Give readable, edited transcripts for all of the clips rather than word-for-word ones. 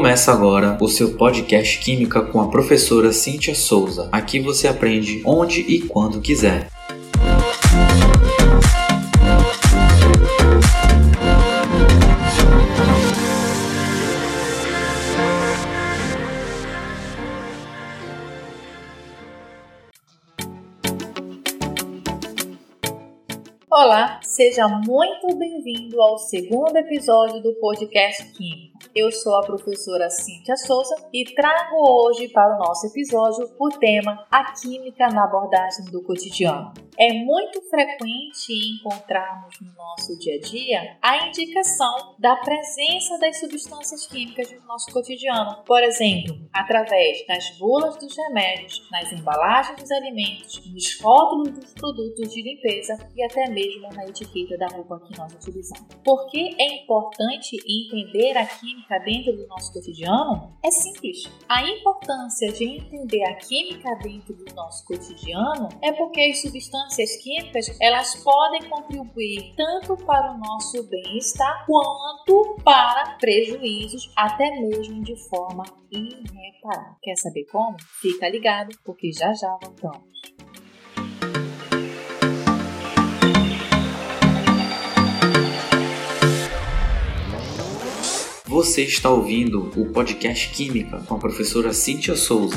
Começa agora o seu podcast Química com a professora Cíntia Souza. Aqui você aprende onde e quando quiser. Olá, seja muito bem-vindo ao segundo episódio do podcast Química. Eu sou a professora Cíntia Souza e trago hoje para o nosso episódio o tema A Química na abordagem do cotidiano. É muito frequente encontrarmos no nosso dia a dia a indicação da presença das substâncias químicas no nosso cotidiano. Por exemplo, através das bulas dos remédios, nas embalagens dos alimentos, nos rótulos dos produtos de limpeza e até mesmo na etiqueta da roupa que nós utilizamos. Por que é importante entender a química dentro do nosso cotidiano? É simples. A importância de entender a química dentro do nosso cotidiano é porque as substâncias químicas, elas podem contribuir tanto para o nosso bem-estar quanto para prejuízos, até mesmo de forma irreparável. Quer saber como? Fica ligado, porque já voltamos. Você está ouvindo o podcast Química com a professora Cíntia Souza.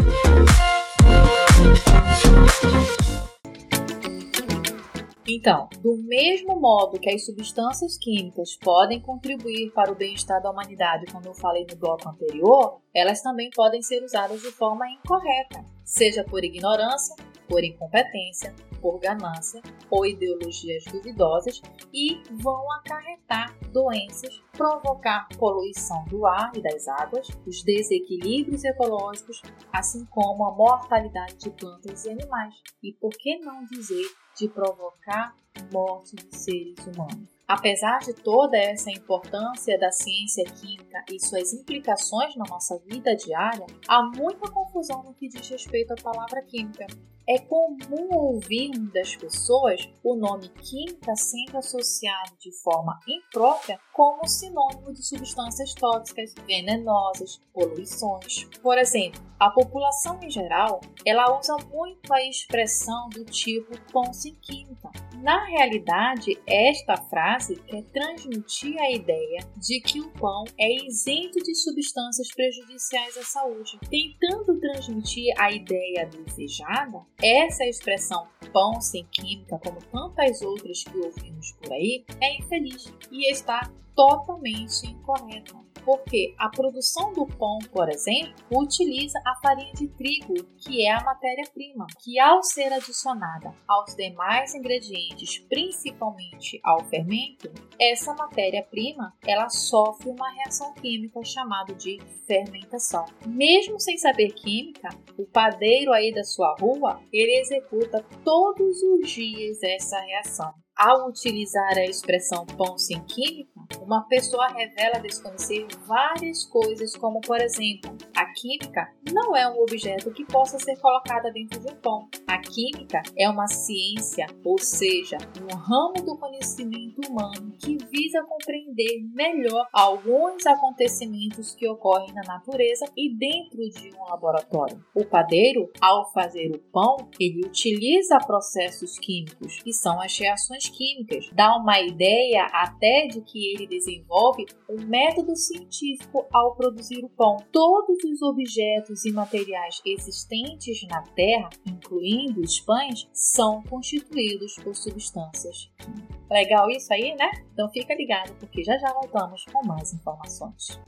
Então, do mesmo modo que as substâncias químicas podem contribuir para o bem-estar da humanidade, como eu falei no bloco anterior, elas também podem ser usadas de forma incorreta, seja por ignorância, por incompetência, por ganância ou ideologias duvidosas e vão acarretar doenças, provocar poluição do ar e das águas, os desequilíbrios ecológicos, assim como a mortalidade de plantas e animais. E por que não dizer de provocar morte de seres humanos? Apesar de toda essa importância da ciência química e suas implicações na nossa vida diária, há muita confusão no que diz respeito à palavra química. É comum ouvirmos das pessoas o nome química sendo associado de forma imprópria como sinônimo de substâncias tóxicas, venenosas, poluições. Por exemplo, a população em geral, ela usa muito a expressão do tipo pão sem química. Na realidade, esta frase quer transmitir a ideia de que o pão é isento de substâncias prejudiciais à saúde. Tentando transmitir a ideia desejada, essa expressão pão sem química, como tantas outras que ouvimos por aí, é infeliz e está totalmente incorreta. Porque a produção do pão, por exemplo, utiliza a farinha de trigo, que é a matéria-prima, que ao ser adicionada aos demais ingredientes, principalmente ao fermento, essa matéria-prima ela sofre uma reação química chamada de fermentação. Mesmo sem saber química, o padeiro aí da sua rua, ele executa todos os dias essa reação. Ao utilizar a expressão pão sem química, uma pessoa revela desconhecer várias coisas, como por exemplo, a química não é um objeto que possa ser colocada dentro de um pão. A química é uma ciência, ou seja, um ramo do conhecimento humano que visa compreender melhor alguns acontecimentos que ocorrem na natureza e dentro de um laboratório. O padeiro, ao fazer o pão, ele utiliza processos químicos, que são as reações químicas. Dá uma ideia até de que ele desenvolve um método científico ao produzir o pão. Todos os objetos e materiais existentes na Terra, incluindo os pães, são constituídos por substâncias químicas. Legal isso aí, né? Então fica ligado, porque já voltamos com mais informações.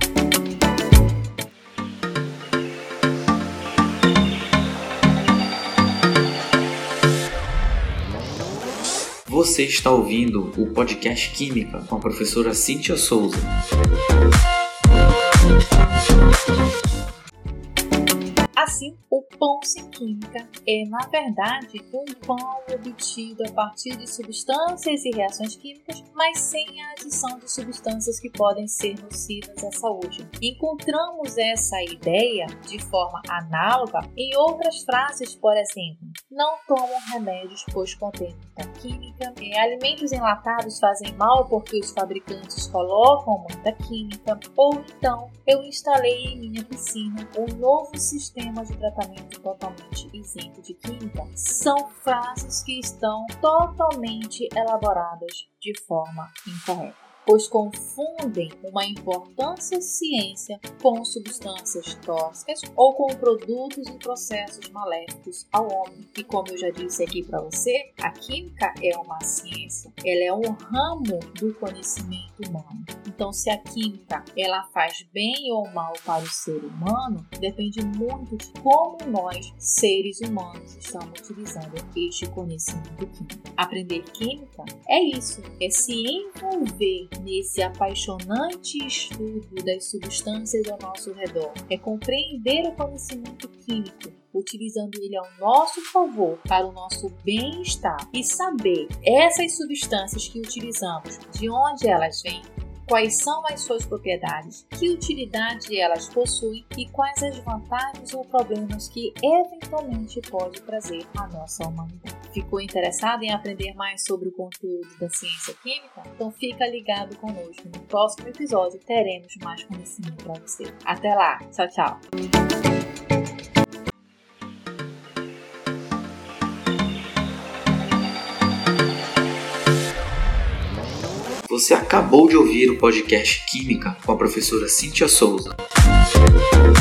Você está ouvindo o podcast Química com a professora Cíntia Souza. Assim, o Pão sem química é, na verdade, um pão obtido a partir de substâncias e reações químicas, mas sem a adição de substâncias que podem ser nocivas à saúde. Encontramos essa ideia de forma análoga em outras frases, por exemplo, não tomam remédios pois contêm muita química, alimentos enlatados fazem mal porque os fabricantes colocam muita química, ou então eu instalei em minha piscina um novo sistema de tratamento totalmente isento de química. São frases que estão totalmente elaboradas de forma incorreta, pois confundem uma importante ciência com substâncias tóxicas ou com produtos e processos maléficos ao homem. E como eu já disse aqui para você, a química é uma ciência, ela é um ramo do conhecimento humano. Então, se a química ela faz bem ou mal para o ser humano, depende muito de como nós, seres humanos, estamos utilizando este conhecimento químico. Aprender química é isso, é se envolver nesse apaixonante estudo das substâncias ao nosso redor, é compreender o conhecimento químico, utilizando ele ao nosso favor para o nosso bem-estar e saber essas substâncias que utilizamos, de onde elas vêm, quais são as suas propriedades, que utilidade elas possuem e quais as vantagens ou problemas que eventualmente pode trazer à nossa humanidade. Ficou interessado em aprender mais sobre o conteúdo da ciência química? Então fica ligado conosco. No próximo episódio teremos mais conhecimento para você. Até lá. Tchau, tchau. Você acabou de ouvir o podcast Química com a professora Cíntia Souza.